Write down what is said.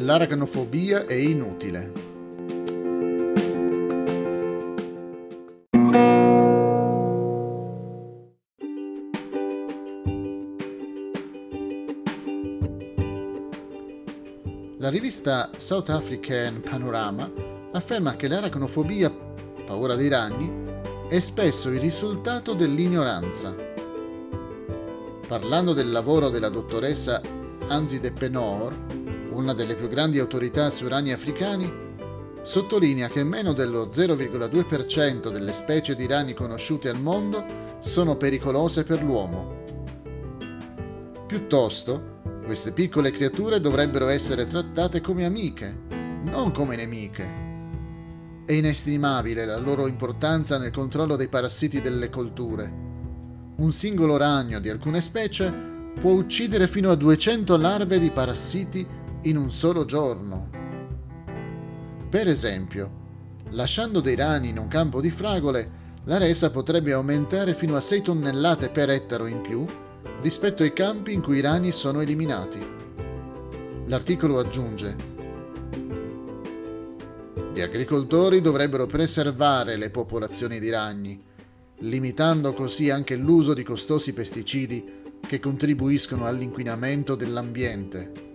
L'aracnofobia è inutile. La rivista South African Panorama afferma che l'aracnofobia, paura dei ragni, è spesso il risultato dell'ignoranza. Parlando del lavoro della dottoressa Anzide Noor, una delle più grandi autorità sui ragni africani, sottolinea che meno dello 0,2% delle specie di ragni conosciute al mondo sono pericolose per l'uomo. Piuttosto, queste piccole creature dovrebbero essere trattate come amiche, non come nemiche. È inestimabile la loro importanza nel controllo dei parassiti delle colture. Un singolo ragno di alcune specie può uccidere fino a 200 larve di parassiti in un solo giorno. Per esempio, lasciando dei ragni in un campo di fragole, la resa potrebbe aumentare fino a 6 tonnellate per ettaro in più rispetto ai campi in cui i ragni sono eliminati. L'articolo aggiunge: gli agricoltori dovrebbero preservare le popolazioni di ragni, limitando così anche l'uso di costosi pesticidi che contribuiscono all'inquinamento dell'ambiente.